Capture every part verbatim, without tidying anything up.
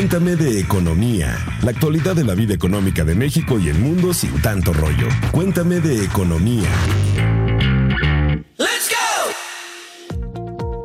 Cuéntame de economía, la actualidad de la vida económica de México y el mundo sin tanto rollo. Cuéntame de economía. ¡Let's go!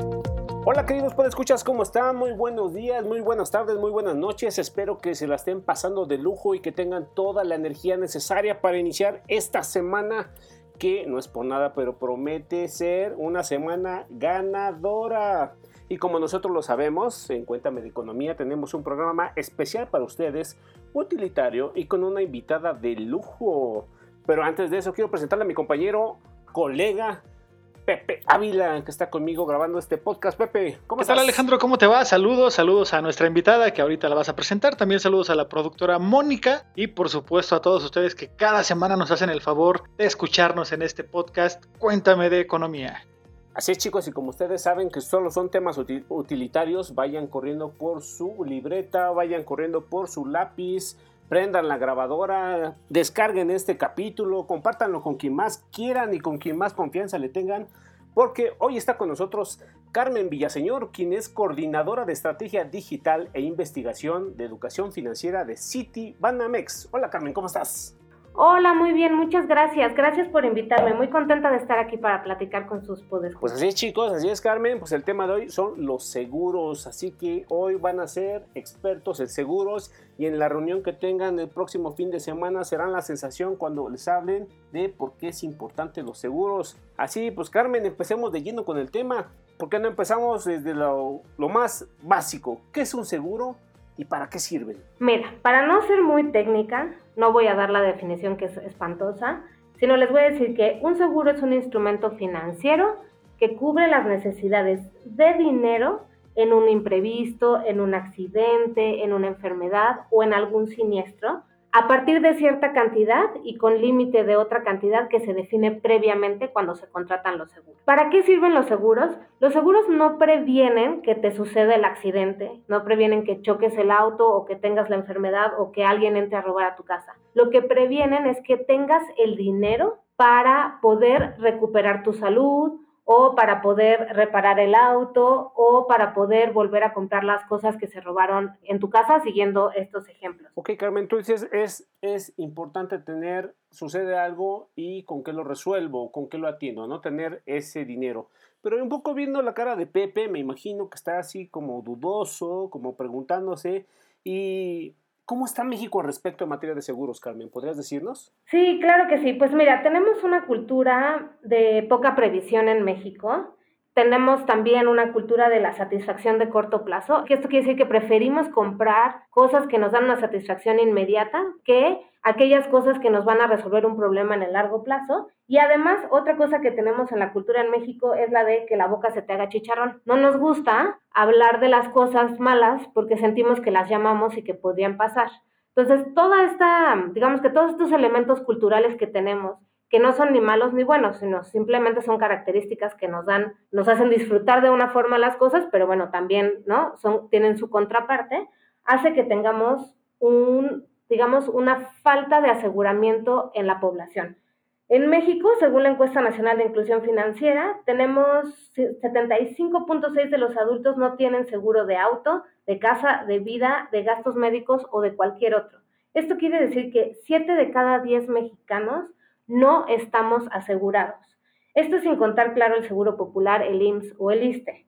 Hola queridos podescuchas, ¿cómo están? Muy buenos días, muy buenas tardes, muy buenas noches. Espero que se la estén pasando de lujo y que tengan toda la energía necesaria para iniciar esta semana, que no es por nada, pero promete ser una semana ganadora. Y como nosotros lo sabemos, en Cuéntame de Economía tenemos un programa especial para ustedes, utilitario y con una invitada de lujo. Pero antes de eso quiero presentarle a mi compañero, colega, Pepe Ávila, que está conmigo grabando este podcast. Pepe, ¿cómo ¿Qué estás? tal, Alejandro? ¿Cómo te va? Saludos, saludos a nuestra invitada que ahorita la vas a presentar. También saludos a la productora Mónica y por supuesto a todos ustedes que cada semana nos hacen el favor de escucharnos en este podcast Cuéntame de Economía. Así es, chicos, y como ustedes saben que solo son temas util- utilitarios, vayan corriendo por su libreta, vayan corriendo por su lápiz, prendan la grabadora, descarguen este capítulo, compártanlo con quien más quieran y con quien más confianza le tengan, porque hoy está con nosotros Carmen Villaseñor, quien es coordinadora de estrategia digital e investigación de educación financiera de Citi Banamex. Hola Carmen, ¿cómo estás? Hola, muy bien, muchas gracias. Gracias por invitarme. Muy contenta de estar aquí para platicar con sus podescuchas. Pues así es, chicos, así es, Carmen. Pues el tema de hoy son los seguros. Así que hoy van a ser expertos en seguros y en la reunión que tengan el próximo fin de semana serán la sensación cuando les hablen de por qué es importante los seguros. Así, pues Carmen, empecemos de lleno con el tema. ¿Por qué no empezamos desde lo, lo más básico? ¿Qué es un seguro? ¿Y para qué sirven? Mira, para no ser muy técnica, no voy a dar la definición que es espantosa, sino les voy a decir que un seguro es un instrumento financiero que cubre las necesidades de dinero en un imprevisto, en un accidente, en una enfermedad o en algún siniestro, a partir de cierta cantidad y con límite de otra cantidad que se define previamente cuando se contratan los seguros. ¿Para qué sirven los seguros? Los seguros no previenen que te suceda el accidente, no previenen que choques el auto o que tengas la enfermedad o que alguien entre a robar a tu casa. Lo que previenen es que tengas el dinero para poder recuperar tu salud, o para poder reparar el auto, o para poder volver a comprar las cosas que se robaron en tu casa, siguiendo estos ejemplos. Ok, Carmen, tú dices, es, es importante tener, sucede algo y con qué lo resuelvo, con qué lo atiendo, ¿no? Tener ese dinero. Pero un poco viendo la cara de Pepe, me imagino que está así como dudoso, como preguntándose, y... ¿cómo está México al respecto en materia de seguros, Carmen? ¿Podrías decirnos? Sí, claro que sí. Pues mira, tenemos una cultura de poca previsión en México. Tenemos también una cultura de la satisfacción de corto plazo, que esto quiere decir que preferimos comprar cosas que nos dan una satisfacción inmediata que aquellas cosas que nos van a resolver un problema en el largo plazo. Y además, otra cosa que tenemos en la cultura en México es la de que la boca se te haga chicharrón. No nos gusta hablar de las cosas malas porque sentimos que las llamamos y que podrían pasar. Entonces, toda esta, digamos que todos estos elementos culturales que tenemos, que no son ni malos ni buenos, sino simplemente son características que nos dan, nos hacen disfrutar de una forma las cosas, pero bueno, también, ¿no? Son, tienen su contraparte, hace que tengamos un, digamos, una falta de aseguramiento en la población. En México, según la Encuesta Nacional de Inclusión Financiera, tenemos setenta y cinco punto seis de los adultos no tienen seguro de auto, de casa, de vida, de gastos médicos o de cualquier otro. Esto quiere decir que siete de cada diez mexicanos no estamos asegurados. Esto sin contar, claro, el Seguro Popular, el I M S S o el ISSSTE.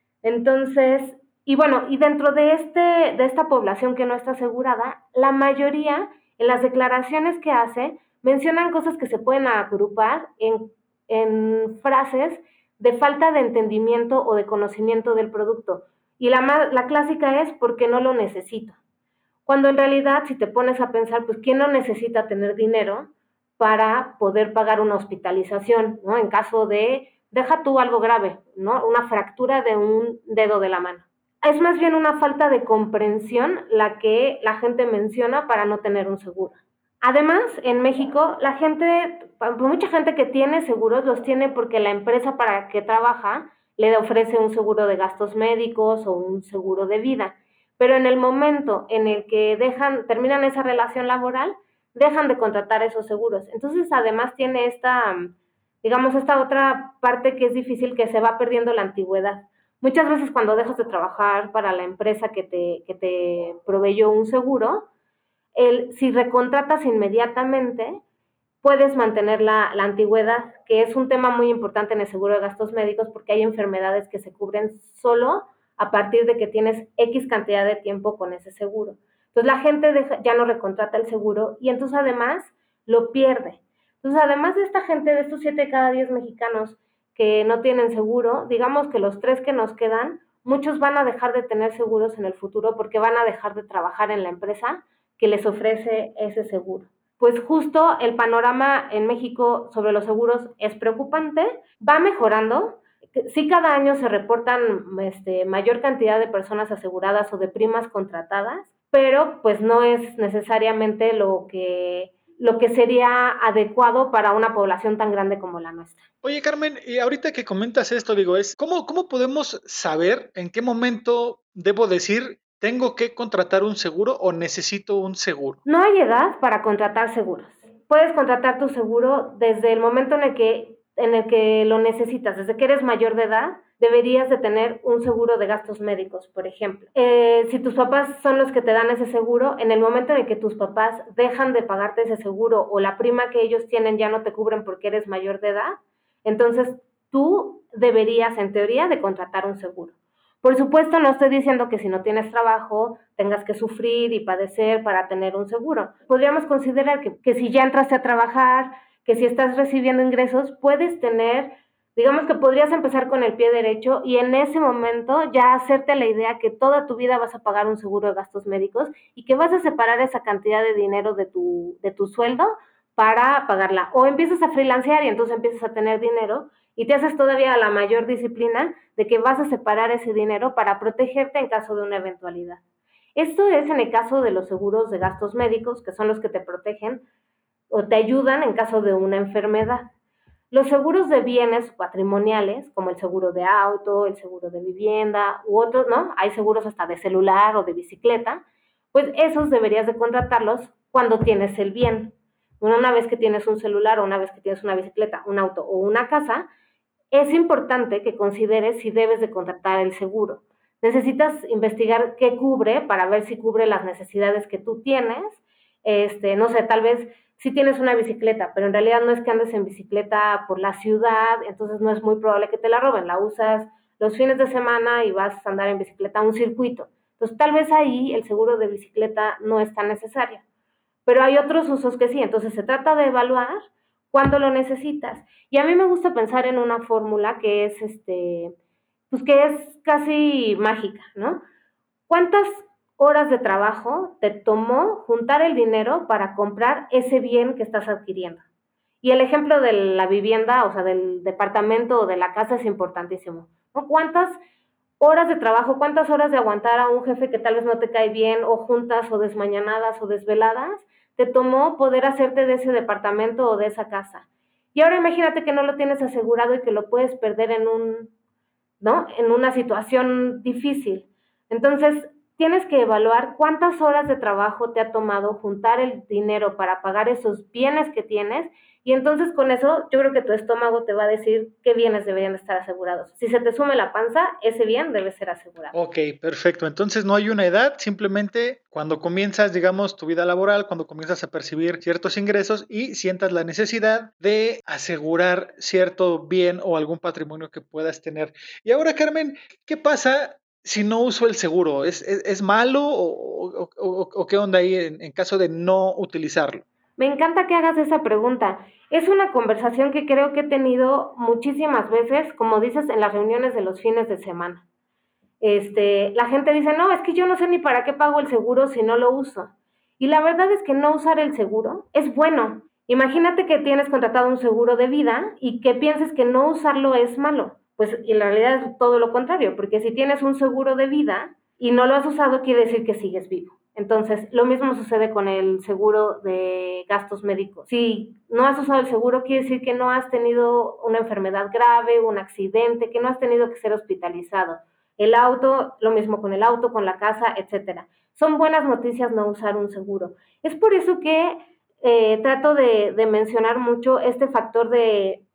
Entonces, y bueno, y dentro de, este, de esta población que no está asegurada, la mayoría, en las declaraciones que hace, mencionan cosas que se pueden agrupar en, en frases de falta de entendimiento o de conocimiento del producto. Y la, la clásica es porque no lo necesito. Cuando en realidad, si te pones a pensar, pues ¿quién no necesita tener dinero para poder pagar una hospitalización, ¿no? En caso de, deja tú algo grave, ¿no? Una fractura de un dedo de la mano. Es más bien una falta de comprensión la que la gente menciona para no tener un seguro. Además, en México, la gente, mucha gente que tiene seguros los tiene porque la empresa para la que trabaja le ofrece un seguro de gastos médicos o un seguro de vida. Pero en el momento en el que dejan, terminan esa relación laboral, dejan de contratar esos seguros. Entonces, además tiene esta, digamos, esta otra parte que es difícil, que se va perdiendo la antigüedad. Muchas veces cuando dejas de trabajar para la empresa que te, que te proveyó un seguro, el, si recontratas inmediatamente, puedes mantener la, la antigüedad, que es un tema muy importante en el seguro de gastos médicos porque hay enfermedades que se cubren solo a partir de que tienes X cantidad de tiempo con ese seguro. Entonces la gente deja, ya no recontrata el seguro y entonces además lo pierde. Entonces además de esta gente, de estos siete de cada diez mexicanos que no tienen seguro, digamos que los tres que nos quedan, muchos van a dejar de tener seguros en el futuro porque van a dejar de trabajar en la empresa que les ofrece ese seguro. Pues justo el panorama en México sobre los seguros es preocupante, va mejorando. Sí, cada año se reportan este, mayor cantidad de personas aseguradas o de primas contratadas, pero pues no es necesariamente lo que, lo que sería adecuado para una población tan grande como la nuestra. Oye, Carmen, y ahorita que comentas esto, digo, es ¿cómo, cómo podemos saber en qué momento debo decir tengo que contratar un seguro o necesito un seguro? No hay edad para contratar seguros. Puedes contratar tu seguro desde el momento en el que, en el que lo necesitas, desde que eres mayor de edad, deberías de tener un seguro de gastos médicos, por ejemplo. Eh, si tus papás son los que te dan ese seguro, en el momento en el que tus papás dejan de pagarte ese seguro o la prima que ellos tienen ya no te cubren porque eres mayor de edad, entonces tú deberías, en teoría, de contratar un seguro. Por supuesto, no estoy diciendo que si no tienes trabajo tengas que sufrir y padecer para tener un seguro. Podríamos considerar que, que si ya entraste a trabajar, que si estás recibiendo ingresos, puedes tener, digamos que podrías empezar con el pie derecho y en ese momento ya hacerte la idea que toda tu vida vas a pagar un seguro de gastos médicos y que vas a separar esa cantidad de dinero de tu, de tu sueldo para pagarla. O empiezas a freelancear y entonces empiezas a tener dinero y te haces todavía la mayor disciplina de que vas a separar ese dinero para protegerte en caso de una eventualidad. Esto es en el caso de los seguros de gastos médicos, que son los que te protegen o te ayudan en caso de una enfermedad. Los seguros de bienes patrimoniales, como el seguro de auto, el seguro de vivienda u otros, ¿no? Hay seguros hasta de celular o de bicicleta, pues esos deberías de contratarlos cuando tienes el bien. Bueno, una vez que tienes un celular o una vez que tienes una bicicleta, un auto o una casa, es importante que consideres si debes de contratar el seguro. Necesitas investigar qué cubre para ver si cubre las necesidades que tú tienes. Este, no sé, tal vez si tienes una bicicleta, pero en realidad no es que andes en bicicleta por la ciudad, entonces no es muy probable que te la roben. La usas los fines de semana y vas a andar en bicicleta a un circuito. Entonces tal vez ahí el seguro de bicicleta no es tan necesario. Pero hay otros usos que sí, entonces se trata de evaluar cuando lo necesitas. Y a mí me gusta pensar en una fórmula que es, este, pues que es casi mágica, ¿no? ¿Cuántas horas de trabajo te tomó juntar el dinero para comprar ese bien que estás adquiriendo? Y el ejemplo de la vivienda, o sea, del departamento o de la casa es importantísimo, ¿no? ¿Cuántas horas de trabajo, cuántas horas de aguantar a un jefe que tal vez no te cae bien, o juntas, o desmañanadas, o desveladas, te tomó poder hacerte de ese departamento o de esa casa? Y ahora imagínate que no lo tienes asegurado y que lo puedes perder en un, ¿no? En una situación difícil. Entonces, tienes que evaluar cuántas horas de trabajo te ha tomado juntar el dinero para pagar esos bienes que tienes y entonces con eso yo creo que tu estómago te va a decir qué bienes deberían estar asegurados. Si se te sume la panza, ese bien debe ser asegurado. Ok, perfecto. Entonces no hay una edad, simplemente cuando comienzas, digamos, tu vida laboral, cuando comienzas a percibir ciertos ingresos y sientas la necesidad de asegurar cierto bien o algún patrimonio que puedas tener. Y ahora, Carmen, ¿qué pasa si no uso el seguro? ¿Es, es, es malo o, o, o, o qué onda ahí en, en caso de no utilizarlo? Me encanta que hagas esa pregunta. Es una conversación que creo que he tenido muchísimas veces, como dices, en las reuniones de los fines de semana. Este, la gente dice, no, es que yo no sé ni para qué pago el seguro si no lo uso. Y la verdad es que no usar el seguro es bueno. Imagínate que tienes contratado un seguro de vida y que pienses que no usarlo es malo. Pues en realidad es todo lo contrario, porque si tienes un seguro de vida y no lo has usado, quiere decir que sigues vivo. Entonces, lo mismo sucede con el seguro de gastos médicos. Si no has usado el seguro, quiere decir que no has tenido una enfermedad grave, un accidente, que no has tenido que ser hospitalizado. El auto, lo mismo con el auto, con la casa, etcétera. Son buenas noticias no usar un seguro. Es por eso que eh, trato de, de mencionar mucho este factor de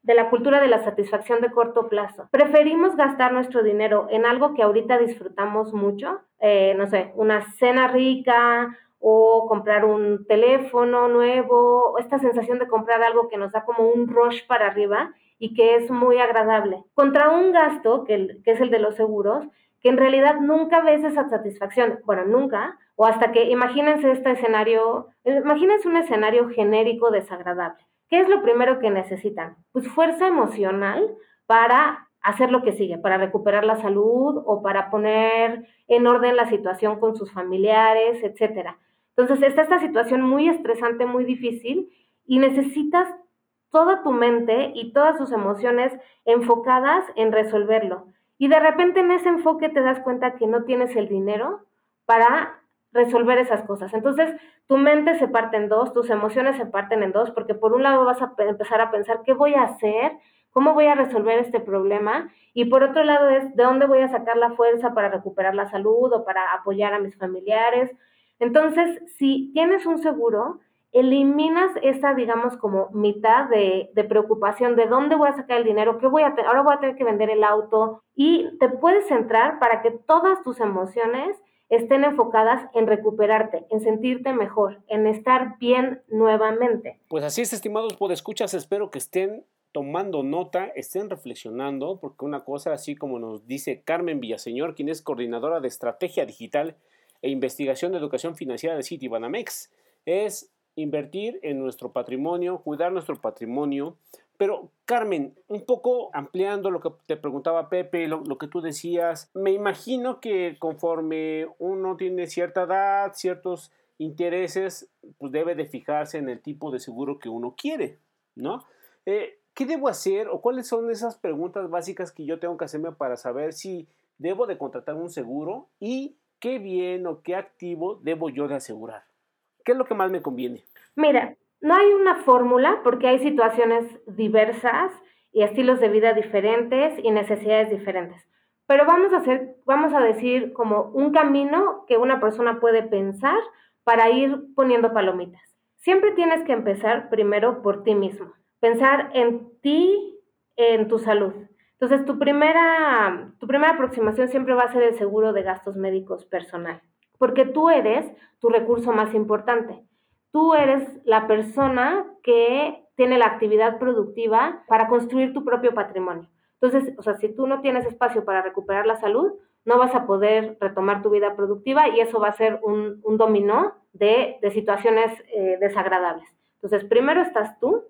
de la cultura de la satisfacción de corto plazo. Preferimos gastar nuestro dinero en algo que ahorita disfrutamos mucho, eh, no sé, una cena rica o comprar un teléfono nuevo, o esta sensación de comprar algo que nos da como un rush para arriba y que es muy agradable, contra un gasto, que, que es el de los seguros, que en realidad nunca ves esa satisfacción, bueno, nunca, o hasta que, imagínense este escenario, imagínense un escenario genérico desagradable. ¿Qué es lo primero que necesitan? Pues fuerza emocional para hacer lo que sigue, para recuperar la salud o para poner en orden la situación con sus familiares, etcétera. Entonces está esta situación muy estresante, muy difícil y necesitas toda tu mente y todas tus emociones enfocadas en resolverlo. Y de repente en ese enfoque te das cuenta que no tienes el dinero para resolver esas cosas. Entonces tu mente se parte en dos, tus emociones se parten en dos, porque por un lado vas a empezar a pensar qué voy a hacer, cómo voy a resolver este problema, y por otro lado es de dónde voy a sacar la fuerza para recuperar la salud o para apoyar a mis familiares. Entonces, si tienes un seguro, eliminas esa, digamos, como mitad de, de preocupación de dónde voy a sacar el dinero, qué voy a te- ahora voy a tener que vender el auto, y te puedes centrar para que todas tus emociones estén enfocadas en recuperarte, en sentirte mejor, en estar bien nuevamente. Pues así es, estimados podescuchas, espero que estén tomando nota, estén reflexionando, porque una cosa, así como nos dice Carmen Villaseñor, quien es coordinadora de estrategia digital e investigación de educación financiera de Citibanamex, es invertir en nuestro patrimonio, cuidar nuestro patrimonio. Pero Carmen, un poco ampliando lo que te preguntaba Pepe, lo, lo que tú decías, me imagino que conforme uno tiene cierta edad, ciertos intereses, pues debe de fijarse en el tipo de seguro que uno quiere, ¿no? Eh, ¿Qué debo hacer o cuáles son esas preguntas básicas que yo tengo que hacerme para saber si debo de contratar un seguro y qué bien o qué activo debo yo de asegurar? ¿Qué es lo que más me conviene? Mira, no hay una fórmula porque hay situaciones diversas y estilos de vida diferentes y necesidades diferentes. Pero vamos a hacer, vamos a decir como un camino que una persona puede pensar para ir poniendo palomitas. Siempre tienes que empezar primero por ti mismo. Pensar en ti, en tu salud. Entonces, tu primera, tu primera aproximación siempre va a ser el seguro de gastos médicos personal, porque tú eres tu recurso más importante. Tú eres la persona que tiene la actividad productiva para construir tu propio patrimonio. Entonces, o sea, si tú no tienes espacio para recuperar la salud, no vas a poder retomar tu vida productiva y eso va a ser un, un dominó de, de situaciones eh, desagradables. Entonces, primero estás tú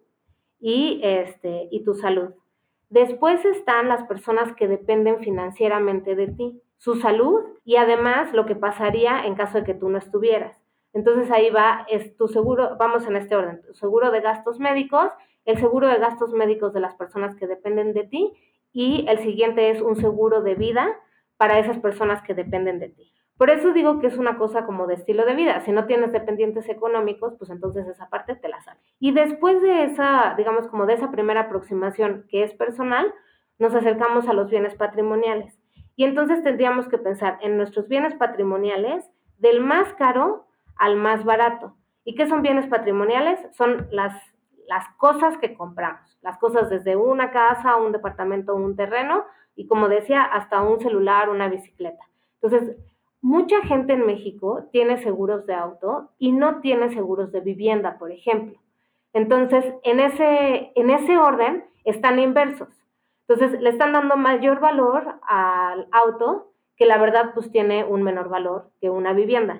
y, este, y tu salud. Después están las personas que dependen financieramente de ti, su salud y además lo que pasaría en caso de que tú no estuvieras. Entonces ahí va, es tu seguro, vamos en este orden, tu seguro de gastos médicos, el seguro de gastos médicos de las personas que dependen de ti y el siguiente es un seguro de vida para esas personas que dependen de ti. Por eso digo que es una cosa como de estilo de vida. Si no tienes dependientes económicos, pues entonces esa parte te la sabes. Y después de esa, digamos, como de esa primera aproximación que es personal, nos acercamos a los bienes patrimoniales. Y entonces tendríamos que pensar en nuestros bienes patrimoniales del más caro al más barato. ¿Y qué son bienes patrimoniales? Son las, las cosas que compramos. Las cosas desde una casa, un departamento, un terreno y como decía, hasta un celular, una bicicleta. Entonces, mucha gente en México tiene seguros de auto y no tiene seguros de vivienda, por ejemplo. Entonces, en ese, en ese orden están inversos. Entonces, le están dando mayor valor al auto, que la verdad pues tiene un menor valor que una vivienda.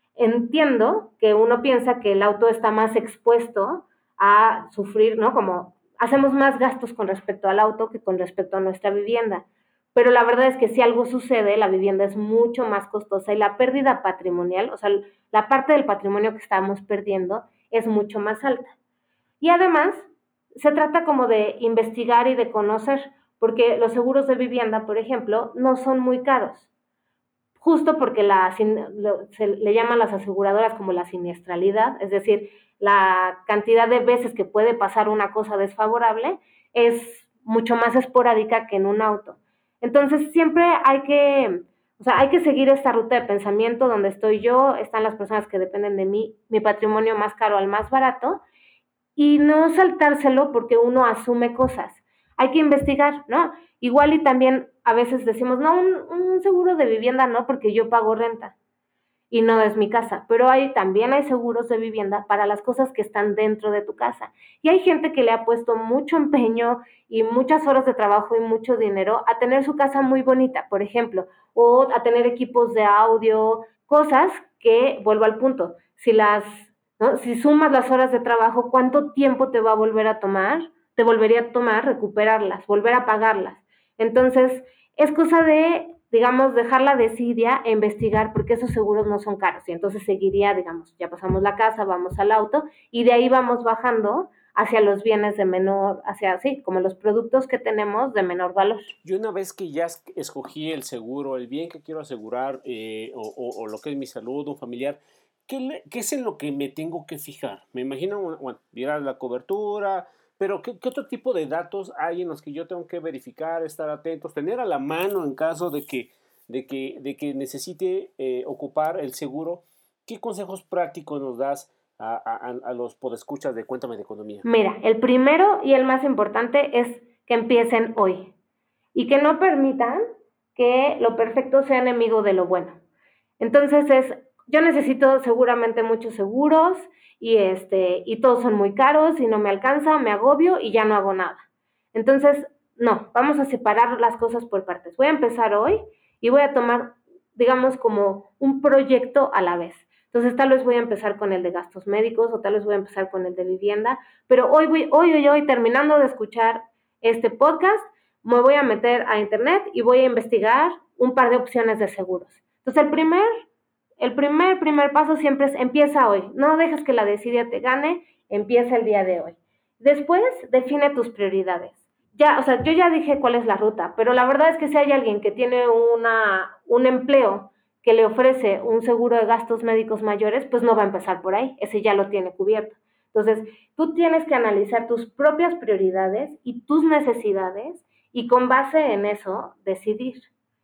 Entiendo que uno piensa que el auto está más expuesto a sufrir, ¿no? Como hacemos más gastos con respecto al auto que con respecto a nuestra vivienda. Pero la verdad es que si algo sucede, la vivienda es mucho más costosa y la pérdida patrimonial, o sea, la parte del patrimonio que estamos perdiendo es mucho más alta. Y además, se trata como de investigar y de conocer, porque los seguros de vivienda, por ejemplo, no son muy caros, justo porque la, se le llaman las aseguradoras como la siniestralidad, es decir, la cantidad de veces que puede pasar una cosa desfavorable es mucho más esporádica que en un auto. Entonces siempre hay que, o sea, hay que seguir esta ruta de pensamiento donde estoy yo, están las personas que dependen de mí, mi patrimonio más caro al más barato, y no saltárselo porque uno asume cosas. hay que investigar, ¿no? Igual y también a veces decimos, no, un, un seguro de vivienda no, porque yo pago renta y no es mi casa, pero hay, también hay seguros de vivienda para las cosas que están dentro de tu casa. Y hay gente que le ha puesto mucho empeño y muchas horas de trabajo y mucho dinero a tener su casa muy bonita, por ejemplo, o a tener equipos de audio, cosas que, vuelvo al punto, si las, ¿no? Si sumas las horas de trabajo, ¿cuánto tiempo te va a volver a tomar? Te volvería a tomar recuperarlas, volver a pagarlas. Entonces, es cosa de, digamos, dejar la desidia e investigar, porque esos seguros no son caros. Y entonces seguiría, digamos, ya pasamos la casa, vamos al auto, y de ahí vamos bajando hacia los bienes de menor, hacia así, como los productos que tenemos de menor valor. Yo una vez que ya escogí el seguro, el bien que quiero asegurar, eh, o, o, o lo que es mi salud, un familiar, ¿qué, le, ¿qué es en lo que me tengo que fijar? Me imagino, bueno, mirar la cobertura, pero ¿qué, ¿qué otro tipo de datos hay en los que yo tengo que verificar, estar atentos, tener a la mano en caso de que, de que, de que necesite eh, ocupar el seguro? ¿Qué consejos prácticos nos das a, a, a los podescuchas de Cuéntame de Economía? Mira, el primero y el más importante es que empiecen hoy y que no permitan que lo perfecto sea enemigo de lo bueno. Entonces es, yo necesito seguramente muchos seguros y, este, y todos son muy caros y no me alcanza, me agobio y ya no hago nada. Entonces, no, vamos a separar las cosas por partes. Voy a empezar hoy y voy a tomar, digamos, como un proyecto a la vez. Entonces, tal vez voy a empezar con el de gastos médicos o tal vez voy a empezar con el de vivienda, pero hoy, voy, hoy, hoy, hoy, terminando de escuchar este podcast, me voy a meter a internet y voy a investigar un par de opciones de seguros. Entonces, el primer, el primer, primer paso siempre es empieza hoy. No dejes que la desidia te gane, empieza el día de hoy. Después, define tus prioridades. Ya, o sea, yo ya dije cuál es la ruta, pero la verdad es que si hay alguien que tiene una, un empleo que le ofrece un seguro de gastos médicos mayores, pues no va a empezar por ahí, ese ya lo tiene cubierto. Entonces, tú tienes que analizar tus propias prioridades y tus necesidades y con base en eso decidir.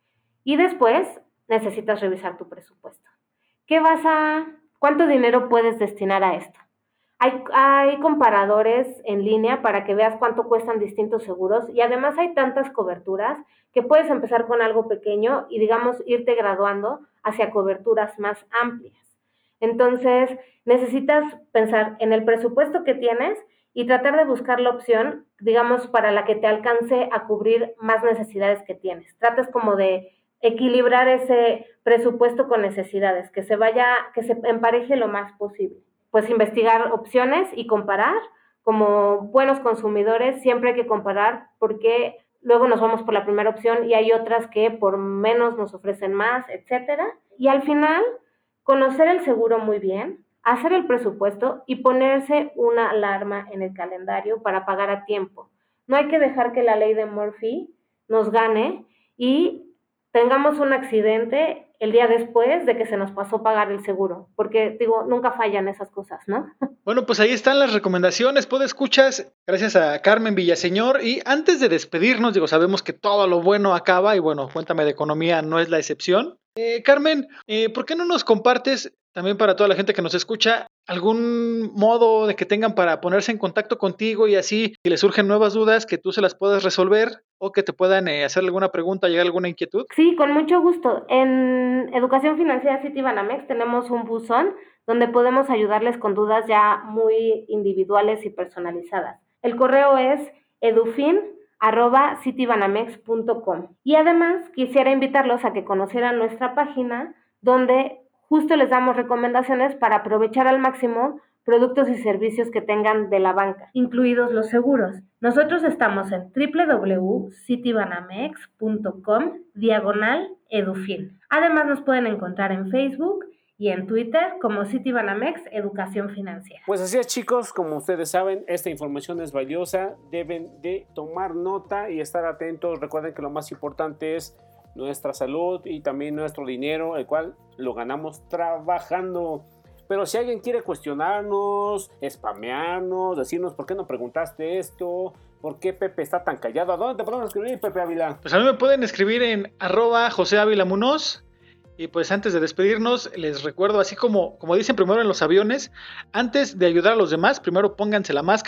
Y después necesitas revisar tu presupuesto. ¿Qué vas a, cuánto dinero puedes destinar a esto? Hay, hay comparadores en línea para que veas cuánto cuestan distintos seguros y además hay tantas coberturas que puedes empezar con algo pequeño y, digamos, irte graduando hacia coberturas más amplias. Entonces, necesitas pensar en el presupuesto que tienes y tratar de buscar la opción, digamos, para la que te alcance a cubrir más necesidades que tienes. Tratas como de equilibrar ese presupuesto con necesidades, que se vaya, que se empareje lo más posible. Pues investigar opciones y comparar. Como buenos consumidores siempre hay que comparar porque luego nos vamos por la primera opción y hay otras que por menos nos ofrecen más, etcétera. Y al final, conocer el seguro muy bien, hacer el presupuesto y ponerse una alarma en el calendario para pagar a tiempo. No hay que dejar que la ley de Murphy nos gane y tengamos un accidente el día después de que se nos pasó pagar el seguro, porque digo, nunca fallan esas cosas, ¿no? Bueno, pues ahí están las recomendaciones, podescuchas, gracias a Carmen Villaseñor. Y antes de despedirnos, digo, sabemos que todo lo bueno acaba y bueno, Cuéntame de Economía no es la excepción. Eh, Carmen, eh, ¿por qué no nos compartes, también para toda la gente que nos escucha, algún modo de que tengan para ponerse en contacto contigo y así, si les surgen nuevas dudas, que tú se las puedas resolver o que te puedan eh, hacer alguna pregunta, llegar alguna inquietud? Sí, con mucho gusto. En Educación Financiera Citibanamex tenemos un buzón donde podemos ayudarles con dudas ya muy individuales y personalizadas. El correo es edufin arroba citibanamex punto com. Y además quisiera invitarlos a que conocieran nuestra página donde justo les damos recomendaciones para aprovechar al máximo productos y servicios que tengan de la banca, incluidos los seguros. Nosotros estamos en doble u doble u doble u punto citibanamex punto com diagonal edufin. Además nos pueden encontrar en Facebook y en Twitter como Citibanamex Educación Financiera. Pues así es, chicos, como ustedes saben, esta información es valiosa, deben de tomar nota y estar atentos. Recuerden que lo más importante es nuestra salud y también nuestro dinero, el cual lo ganamos trabajando. Pero si alguien quiere cuestionarnos, spamearnos, decirnos por qué no preguntaste esto, por qué Pepe está tan callado, ¿a dónde te podemos escribir, Pepe Ávila? Pues a mí me pueden escribir en arroba José Ávila Munoz. Y pues antes de despedirnos, les recuerdo, así como, como dicen primero en los aviones, antes de ayudar a los demás, primero pónganse la máscara.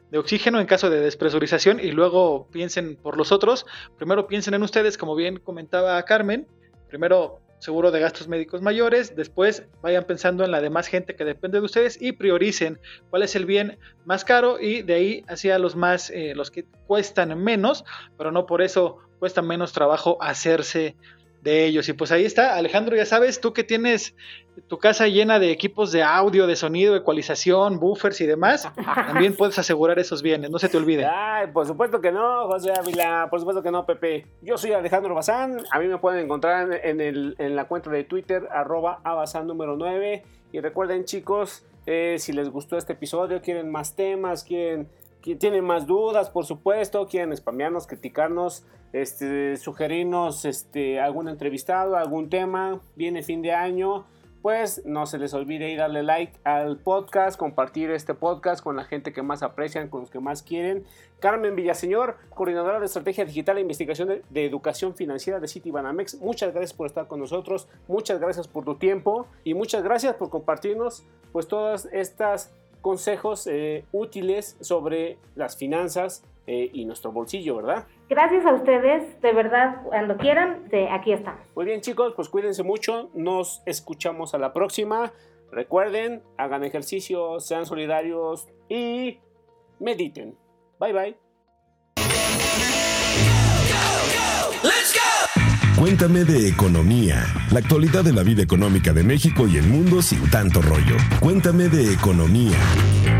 de oxígeno en caso de despresurización y luego piensen por los otros. Primero piensen en ustedes, como bien comentaba Carmen. Primero seguro de gastos médicos mayores, después vayan pensando en la demás gente que depende de ustedes y prioricen cuál es el bien más caro y de ahí hacia los más, eh, los que cuestan menos, pero no por eso cuesta menos trabajo hacerse de ellos. Y pues ahí está, Alejandro, ya sabes, tú que tienes tu casa llena de equipos de audio, de sonido, ecualización, buffers y demás, también puedes asegurar esos bienes, no se te olvide. Ay, por supuesto que no, José Ávila, por supuesto que no, Pepe. Yo soy Alejandro Bazán, a mí me pueden encontrar en, el, en la cuenta de Twitter, arroba abazán número nueve. Y recuerden, chicos, eh, si les gustó este episodio, quieren más temas, quieren... tienen más dudas, por supuesto, quieren spamearnos, criticarnos, este, sugerirnos este, algún entrevistado, algún tema, viene fin de año, pues no se les olvide ir a darle like al podcast, compartir este podcast con la gente que más aprecian, con los que más quieren. Carmen Villaseñor, coordinadora de Estrategia Digital e Investigación de, de Educación Financiera de Citibanamex, muchas gracias por estar con nosotros, muchas gracias por tu tiempo y muchas gracias por compartirnos pues todas estas consejos eh, útiles sobre las finanzas eh, y nuestro bolsillo, ¿verdad? Gracias a ustedes, de verdad, cuando quieran, de aquí estamos. Muy bien, chicos, pues cuídense mucho, nos escuchamos a la próxima. Recuerden, hagan ejercicio, sean solidarios y mediten. Bye, bye. Cuéntame de economía, la actualidad de la vida económica de México y el mundo sin tanto rollo. Cuéntame de economía.